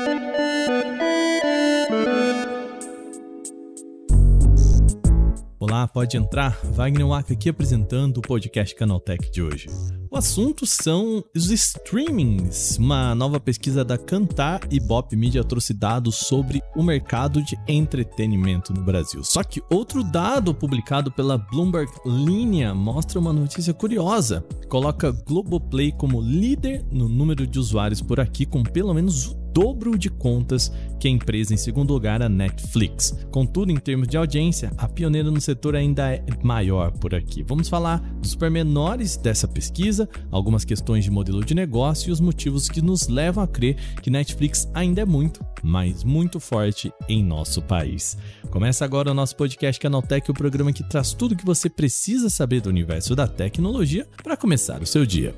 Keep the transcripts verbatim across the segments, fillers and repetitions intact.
Olá, pode entrar. Wagner Waka aqui apresentando o podcast Canaltech de hoje. O assunto são os streamings. Uma nova pesquisa da Kantar e Ibope Media trouxe dados sobre o mercado de entretenimento no Brasil. Só que outro dado publicado pela Bloomberg Linha mostra uma notícia curiosa. Coloca Globoplay como líder no número de usuários por aqui, com pelo menos o dobro de contas que a empresa, em segundo lugar, a Netflix. Contudo, em termos de audiência, a pioneira no setor ainda é maior por aqui. Vamos falar dos pormenores dessa pesquisa, algumas questões de modelo de negócio e os motivos que nos levam a crer que Netflix ainda é muito, mas muito forte em nosso país. Começa agora o nosso podcast Canaltech, o programa que traz tudo o que você precisa saber do universo da tecnologia para começar o seu dia.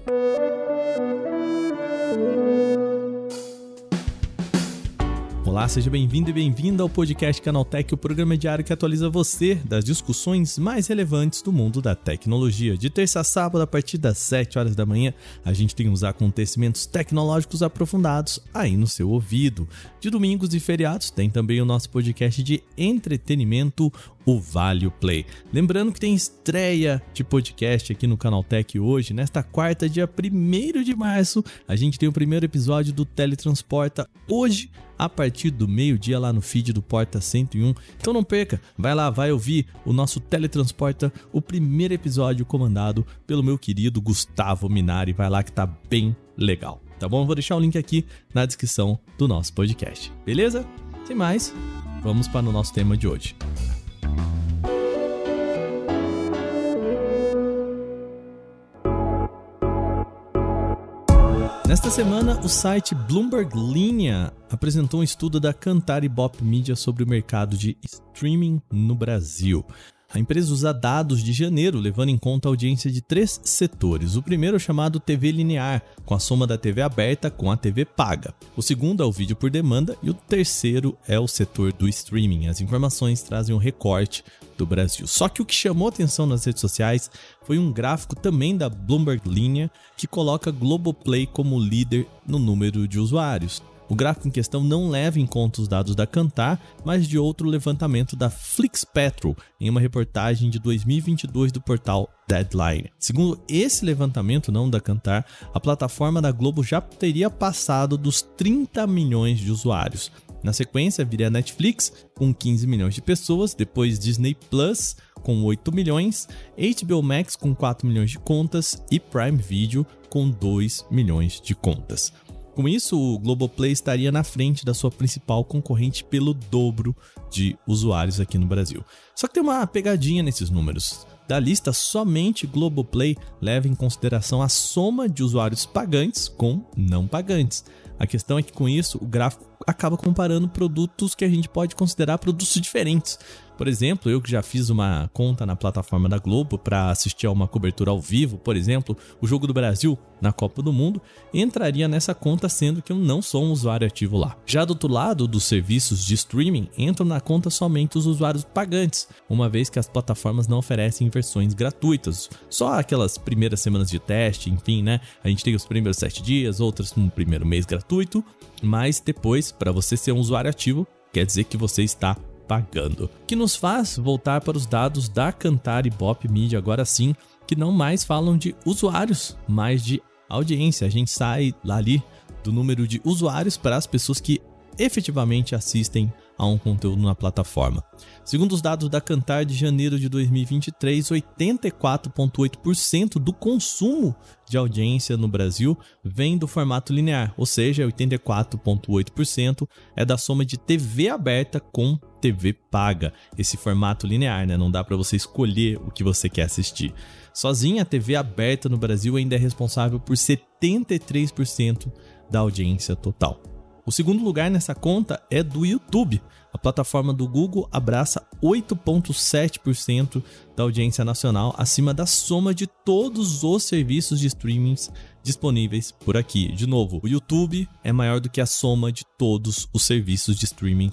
Olá, seja bem-vindo e bem-vinda ao podcast Canaltech, o programa diário que atualiza você das discussões mais relevantes do mundo da tecnologia. De terça a sábado, a partir das sete horas da manhã, a gente tem os acontecimentos tecnológicos aprofundados aí no seu ouvido. De domingos e feriados, tem também o nosso podcast de entretenimento, o Vale Play. Lembrando que tem estreia de podcast aqui no Canaltech hoje. Nesta quarta, dia primeiro de março, a gente tem o primeiro episódio do Teletransporta hoje, a partir do meio-dia lá no feed do Porta cento e um. Então não perca, vai lá, vai ouvir o nosso Teletransporta, o primeiro episódio comandado pelo meu querido Gustavo Minari. Vai lá que tá bem legal, tá bom? Eu vou deixar o link aqui na descrição do nosso podcast, beleza? Sem mais, vamos para o nosso tema de hoje. Nesta semana, o site Bloomberg Linha apresentou um estudo da Kantar e Ibope Media sobre o mercado de streaming no Brasil. A empresa usa dados de janeiro, levando em conta a audiência de três setores. O primeiro é o chamado T V linear, com a soma da T V aberta com a T V paga. O segundo é o vídeo por demanda e o terceiro é o setor do streaming. As informações trazem um recorte do Brasil. Só que o que chamou atenção nas redes sociais foi um gráfico também da Bloomberg Linha, que coloca Globoplay como líder no número de usuários. O gráfico em questão não leva em conta os dados da Kantar, mas de outro levantamento da Flixpetrol, em uma reportagem de dois mil e vinte e dois do portal Deadline. Segundo esse levantamento, não da Kantar, a plataforma da Globo já teria passado dos trinta milhões de usuários. Na sequência, viria a Netflix, com quinze milhões de pessoas, depois Disney Plus, com oito milhões, H B O Max, com quatro milhões de contas e Prime Video, com dois milhões de contas. Com isso, o Globoplay estaria na frente da sua principal concorrente pelo dobro de usuários aqui no Brasil. Só que tem uma pegadinha nesses números. Da lista, somente Globoplay leva em consideração a soma de usuários pagantes com não pagantes. A questão é que com isso, o gráfico acaba comparando produtos que a gente pode considerar produtos diferentes. Por exemplo, eu que já fiz uma conta na plataforma da Globo para assistir a uma cobertura ao vivo, por exemplo, o Jogo do Brasil na Copa do Mundo, entraria nessa conta, sendo que eu não sou um usuário ativo lá. Já do outro lado dos serviços de streaming, entram na conta somente os usuários pagantes, uma vez que as plataformas não oferecem versões gratuitas, só aquelas primeiras semanas de teste, enfim, né? A gente tem os primeiros sete dias, outras no primeiro mês gratuito, mas depois, para você ser um usuário ativo, quer dizer que você está pagando. Que nos faz voltar para os dados da Kantar e Ibope Media, agora sim, que não mais falam de usuários, mas de audiência. A gente sai lá ali do número de usuários para as pessoas que efetivamente assistem a um conteúdo na plataforma. Segundo os dados da Kantar de janeiro de dois mil e vinte e três, oitenta e quatro vírgula oito por cento do consumo de audiência no Brasil vem do formato linear, ou seja, oitenta e quatro vírgula oito por cento é da soma de T V aberta com T V paga. Esse formato linear, né? Não dá para você escolher o que você quer assistir. Sozinha, a T V aberta no Brasil ainda é responsável por setenta e três por cento da audiência total. O segundo lugar nessa conta é do YouTube. A plataforma do Google abraça oito vírgula sete por cento da audiência nacional, acima da soma de todos os serviços de streamings disponíveis por aqui. De novo, o YouTube é maior do que a soma de todos os serviços de streamings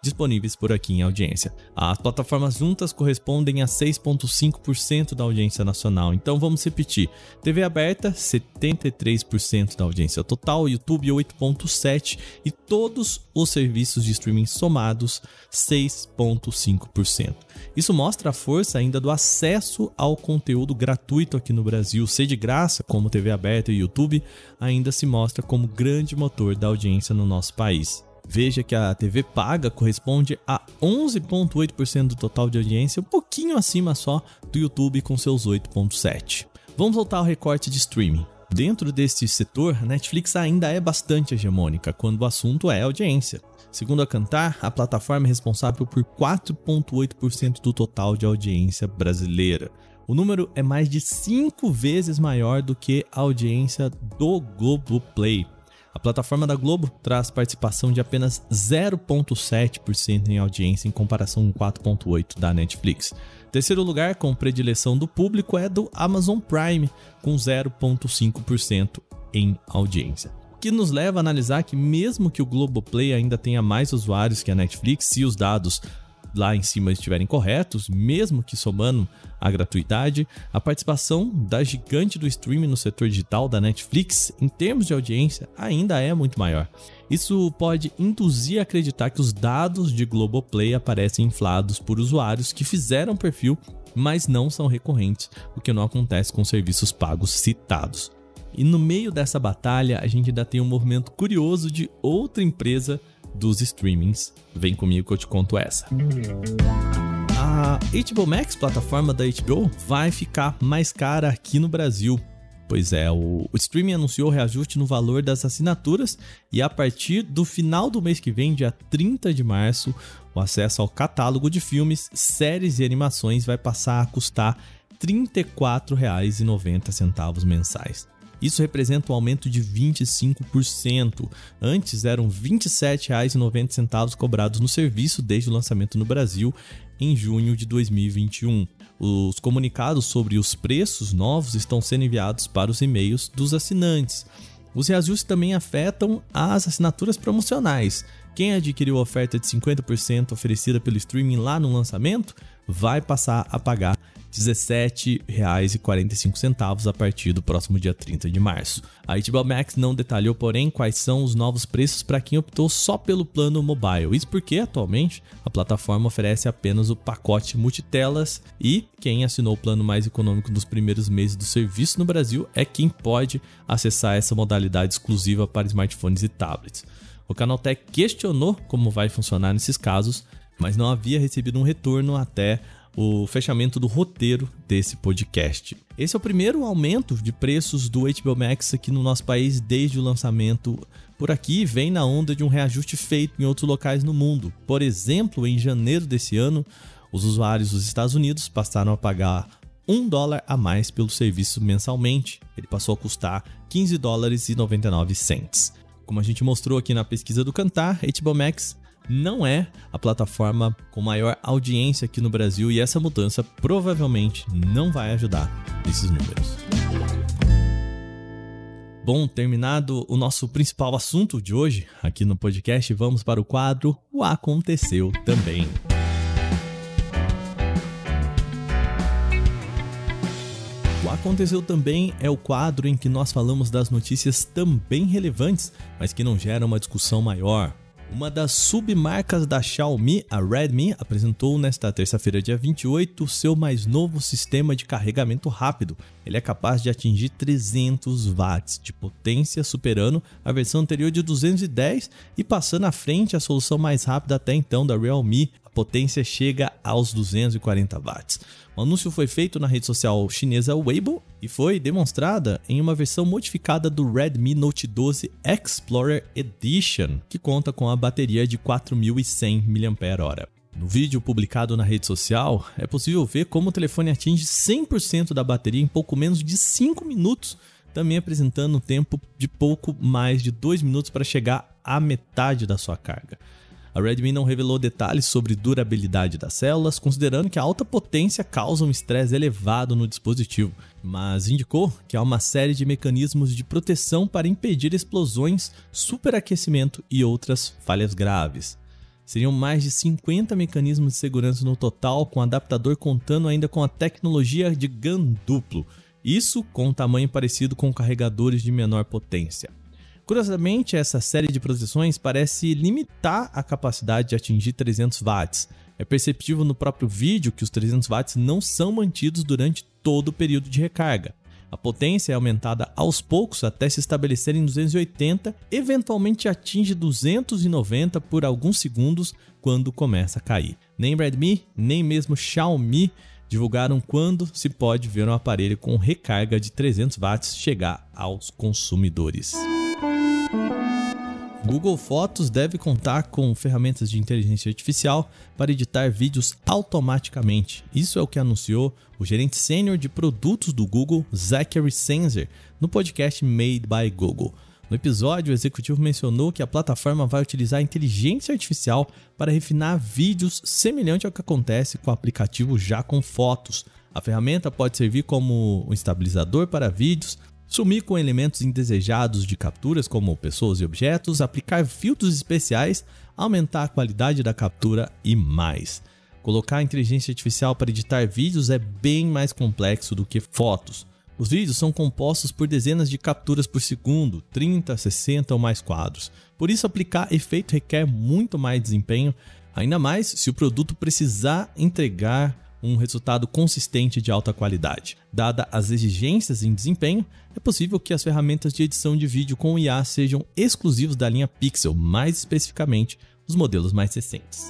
disponíveis por aqui em audiência. As plataformas juntas correspondem a seis vírgula cinco por cento da audiência nacional. Então vamos repetir. T V aberta, setenta e três por cento da audiência total, YouTube oito vírgula sete por cento e todos os serviços de streaming somados, seis vírgula cinco por cento. Isso mostra a força ainda do acesso ao conteúdo gratuito aqui no Brasil. Ser de graça, como T V aberta e YouTube, ainda se mostra como grande motor da audiência no nosso país. Veja que a T V paga corresponde a onze vírgula oito por cento do total de audiência, um pouquinho acima só do YouTube com seus oito vírgula sete por cento. Vamos voltar ao recorte de streaming. Dentro deste setor, a Netflix ainda é bastante hegemônica quando o assunto é audiência. Segundo a Kantar, a plataforma é responsável por quatro vírgula oito por cento do total de audiência brasileira. O número é mais de cinco vezes maior do que a audiência do Globoplay. A plataforma da Globo traz participação de apenas zero vírgula sete por cento em audiência em comparação com quatro vírgula oito por cento da Netflix. Terceiro lugar, com predileção do público, é do Amazon Prime, com zero vírgula cinco por cento em audiência. O que nos leva a analisar que mesmo que o Globoplay ainda tenha mais usuários que a Netflix, se os dados lá em cima estiverem corretos, mesmo que somando a gratuidade, a participação da gigante do streaming no setor digital da Netflix, em termos de audiência, ainda é muito maior. Isso pode induzir a acreditar que os dados de Globoplay aparecem inflados por usuários que fizeram perfil, mas não são recorrentes, o que não acontece com os serviços pagos citados. E no meio dessa batalha, a gente ainda tem um movimento curioso de outra empresa dos streamings. Vem comigo que eu te conto essa. A H B O Max, plataforma da H B O, vai ficar mais cara aqui no Brasil. Pois é, o, o streaming anunciou reajuste no valor das assinaturas e a partir do final do mês que vem, dia trinta de março, o acesso ao catálogo de filmes, séries e animações vai passar a custar trinta e quatro reais e noventa centavos mensais. Isso representa um aumento de vinte e cinco por cento. Antes eram vinte e sete reais e noventa centavos cobrados no serviço desde o lançamento no Brasil em junho de dois mil e vinte e um. Os comunicados sobre os preços novos estão sendo enviados para os e-mails dos assinantes. Os reajustes também afetam as assinaturas promocionais. Quem adquiriu a oferta de cinquenta por cento oferecida pelo streaming lá no lançamento vai passar a pagar dezessete reais e quarenta e cinco centavos a partir do próximo dia trinta de março. A H B O Max não detalhou, porém, quais são os novos preços para quem optou só pelo plano mobile. Isso porque, atualmente, a plataforma oferece apenas o pacote multitelas e quem assinou o plano mais econômico nos primeiros meses do serviço no Brasil é quem pode acessar essa modalidade exclusiva para smartphones e tablets. O Canaltech questionou como vai funcionar nesses casos, mas não havia recebido um retorno até o fechamento do roteiro desse podcast. Esse é o primeiro aumento de preços do H B O Max aqui no nosso país desde o lançamento. Por aqui vem na onda de um reajuste feito em outros locais no mundo. Por exemplo, em janeiro desse ano, os usuários dos Estados Unidos passaram a pagar um dólar a mais pelo serviço mensalmente. Ele passou a custar quinze dólares e noventa e nove centavos. Como a gente mostrou aqui na pesquisa do Kantar, H B O Max não é a plataforma com maior audiência aqui no Brasil e essa mudança provavelmente não vai ajudar nesses números. Bom, terminado o nosso principal assunto de hoje aqui no podcast, vamos para o quadro O Aconteceu Também. O Aconteceu Também é o quadro em que nós falamos das notícias também relevantes, mas que não geram uma discussão maior. Uma das submarcas da Xiaomi, a Redmi, apresentou nesta terça-feira, dia vinte e oito, seu mais novo sistema de carregamento rápido. Ele é capaz de atingir trezentos watts de potência, superando a versão anterior de duzentos e dez e passando à frente a solução mais rápida até então da Realme. A potência chega aos duzentos e quarenta watts. O anúncio foi feito na rede social chinesa Weibo e foi demonstrada em uma versão modificada do Redmi Note doze Explorer Edition, que conta com a bateria de quatro mil e cem miliampères-hora. No vídeo publicado na rede social, é possível ver como o telefone atinge cem por cento da bateria em pouco menos de cinco minutos, também apresentando um tempo de pouco mais de dois minutos para chegar à metade da sua carga. A Redmi não revelou detalhes sobre durabilidade das células, considerando que a alta potência causa um estresse elevado no dispositivo, mas indicou que há uma série de mecanismos de proteção para impedir explosões, superaquecimento e outras falhas graves. Seriam mais de cinquenta mecanismos de segurança no total, com o adaptador contando ainda com a tecnologia de GAN duplo. Isso com um tamanho parecido com carregadores de menor potência. Curiosamente, essa série de proteções parece limitar a capacidade de atingir trezentos watts. É perceptível no próprio vídeo que os trezentos watts não são mantidos durante todo o período de recarga. A potência é aumentada aos poucos até se estabelecer em duzentos e oitenta, eventualmente atinge duzentos e noventa por alguns segundos quando começa a cair. Nem Redmi, nem mesmo Xiaomi divulgaram quando se pode ver um aparelho com recarga de trezentos watts chegar aos consumidores. Google Fotos deve contar com ferramentas de inteligência artificial para editar vídeos automaticamente. Isso é o que anunciou o gerente sênior de produtos do Google, Zachary Senzer, no podcast Made by Google. No episódio, o executivo mencionou que a plataforma vai utilizar a inteligência artificial para refinar vídeos semelhante ao que acontece com o aplicativo já com fotos. A ferramenta pode servir como um estabilizador para vídeos, sumir com elementos indesejados de capturas como pessoas e objetos, aplicar filtros especiais, aumentar a qualidade da captura e mais. Colocar a inteligência artificial para editar vídeos é bem mais complexo do que fotos. Os vídeos são compostos por dezenas de capturas por segundo, trinta, sessenta ou mais quadros. Por isso, aplicar efeito requer muito mais desempenho, ainda mais se o produto precisar entregar um resultado consistente de alta qualidade. Dada as exigências em desempenho, é possível que as ferramentas de edição de vídeo com I A sejam exclusivos da linha Pixel, mais especificamente os modelos mais recentes.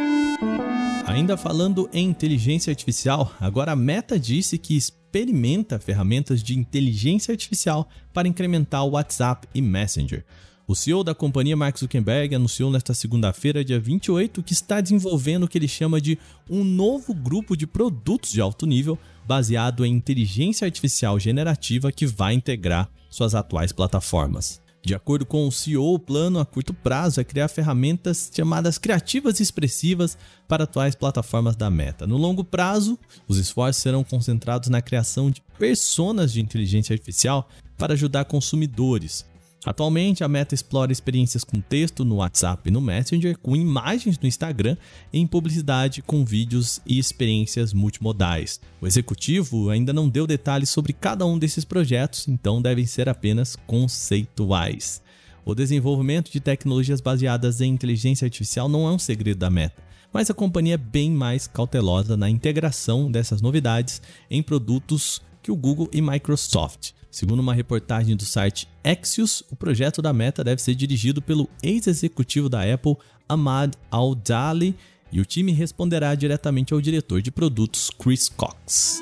Ainda falando em inteligência artificial, agora a Meta disse que experimenta ferramentas de inteligência artificial para incrementar o WhatsApp e Messenger. O C E O da companhia, Mark Zuckerberg, anunciou nesta segunda-feira, dia vinte e oito, que está desenvolvendo o que ele chama de um novo grupo de produtos de alto nível baseado em inteligência artificial generativa que vai integrar suas atuais plataformas. De acordo com o C E O, o plano a curto prazo é criar ferramentas chamadas criativas e expressivas para atuais plataformas da Meta. No longo prazo, os esforços serão concentrados na criação de personas de inteligência artificial para ajudar consumidores. Atualmente, a Meta explora experiências com texto no WhatsApp e no Messenger, com imagens no Instagram e em publicidade com vídeos e experiências multimodais. O executivo ainda não deu detalhes sobre cada um desses projetos, então devem ser apenas conceituais. O desenvolvimento de tecnologias baseadas em inteligência artificial não é um segredo da Meta, mas a companhia é bem mais cautelosa na integração dessas novidades em produtos que o Google e Microsoft. Segundo uma reportagem do site Axios, o projeto da Meta deve ser dirigido pelo ex-executivo da Apple, Ahmad Al-Daali, e o time responderá diretamente ao diretor de produtos, Chris Cox.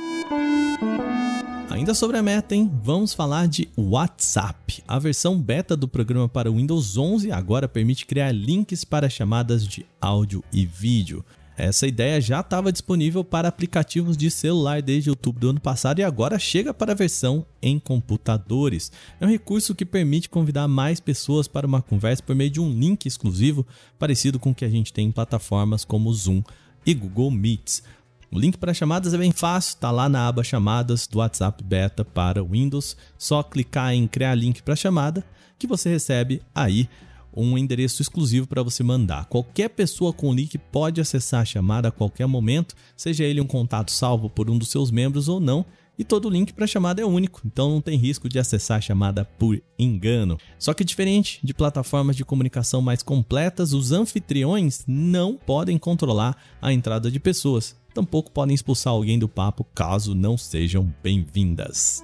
Ainda sobre a Meta, hein? Vamos falar de WhatsApp. A versão beta do programa para o Windows onze agora permite criar links para chamadas de áudio e vídeo. Essa ideia já estava disponível para aplicativos de celular desde outubro do ano passado e agora chega para a versão em computadores. É um recurso que permite convidar mais pessoas para uma conversa por meio de um link exclusivo, parecido com o que a gente tem em plataformas como Zoom e Google Meets. O link para chamadas é bem fácil, está lá na aba Chamadas do WhatsApp Beta para Windows. Só clicar em Criar Link para chamada que você recebe aí um endereço exclusivo para você mandar. Qualquer pessoa com o link pode acessar a chamada a qualquer momento, seja ele um contato salvo por um dos seus membros ou não, e todo link para a chamada é único, então não tem risco de acessar a chamada por engano. Só que diferente de plataformas de comunicação mais completas, os anfitriões não podem controlar a entrada de pessoas, tampouco podem expulsar alguém do papo caso não sejam bem-vindas.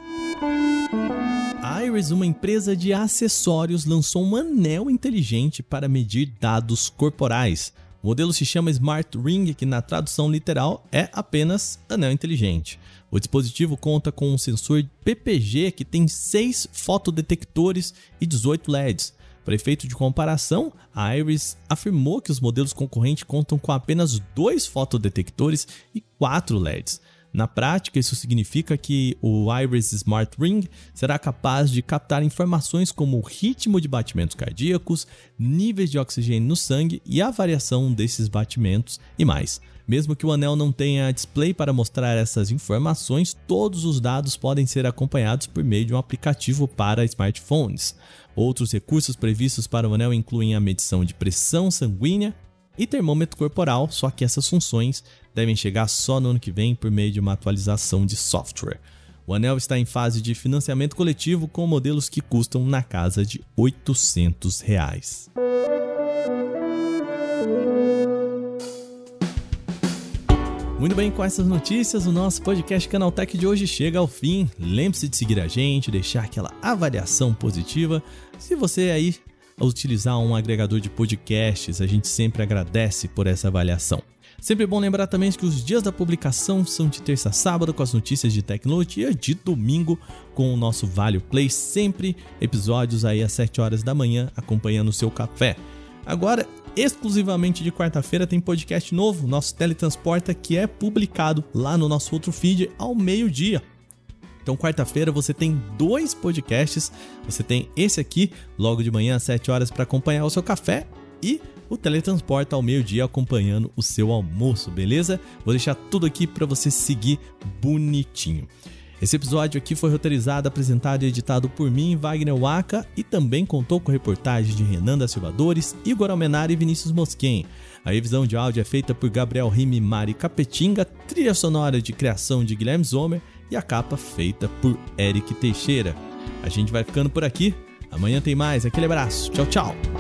A Iris, uma empresa de acessórios, lançou um anel inteligente para medir dados corporais. O modelo se chama Smart Ring, que na tradução literal é apenas anel inteligente. O dispositivo conta com um sensor P P G que tem seis fotodetectores e dezoito L E Ds. Para efeito de comparação, a Iris afirmou que os modelos concorrentes contam com apenas dois fotodetectores e quatro L E Ds. Na prática, isso significa que o Iris Smart Ring será capaz de captar informações como o ritmo de batimentos cardíacos, níveis de oxigênio no sangue e a variação desses batimentos e mais. Mesmo que o anel não tenha display para mostrar essas informações, todos os dados podem ser acompanhados por meio de um aplicativo para smartphones. Outros recursos previstos para o anel incluem a medição de pressão sanguínea, e termômetro corporal, só que essas funções devem chegar só no ano que vem por meio de uma atualização de software. O anel está em fase de financiamento coletivo com modelos que custam na casa de oitocentos reais. Muito bem, com essas notícias, o nosso podcast Canaltech de hoje chega ao fim. Lembre-se de seguir a gente, deixar aquela avaliação positiva. Se você aí utilizar um agregador de podcasts, a gente sempre agradece por essa avaliação. Sempre bom lembrar também que os dias da publicação são de terça a sábado com as notícias de tecnologia, de domingo com o nosso Vale Play, sempre episódios aí às sete horas da manhã acompanhando o seu café. Agora, exclusivamente de quarta-feira tem podcast novo, nosso Teletransporta, que é publicado lá no nosso outro feed ao meio-dia. Então, quarta-feira você tem dois podcasts, você tem esse aqui, logo de manhã às sete horas para acompanhar o seu café e o Teletransporta ao meio-dia acompanhando o seu almoço, beleza? Vou deixar tudo aqui para você seguir bonitinho. Esse episódio aqui foi roteirizado, apresentado e editado por mim, Wagner Waka, e também contou com reportagens de Renan da Silva Dores, Igor Almenara e Vinícius Mosquen. A revisão de áudio é feita por Gabriel Rime e Mari Capetinga, trilha sonora de criação de Guilherme Zomer e a capa feita por Eric Teixeira. A gente vai ficando por aqui. Amanhã tem mais. Aquele abraço. Tchau, tchau.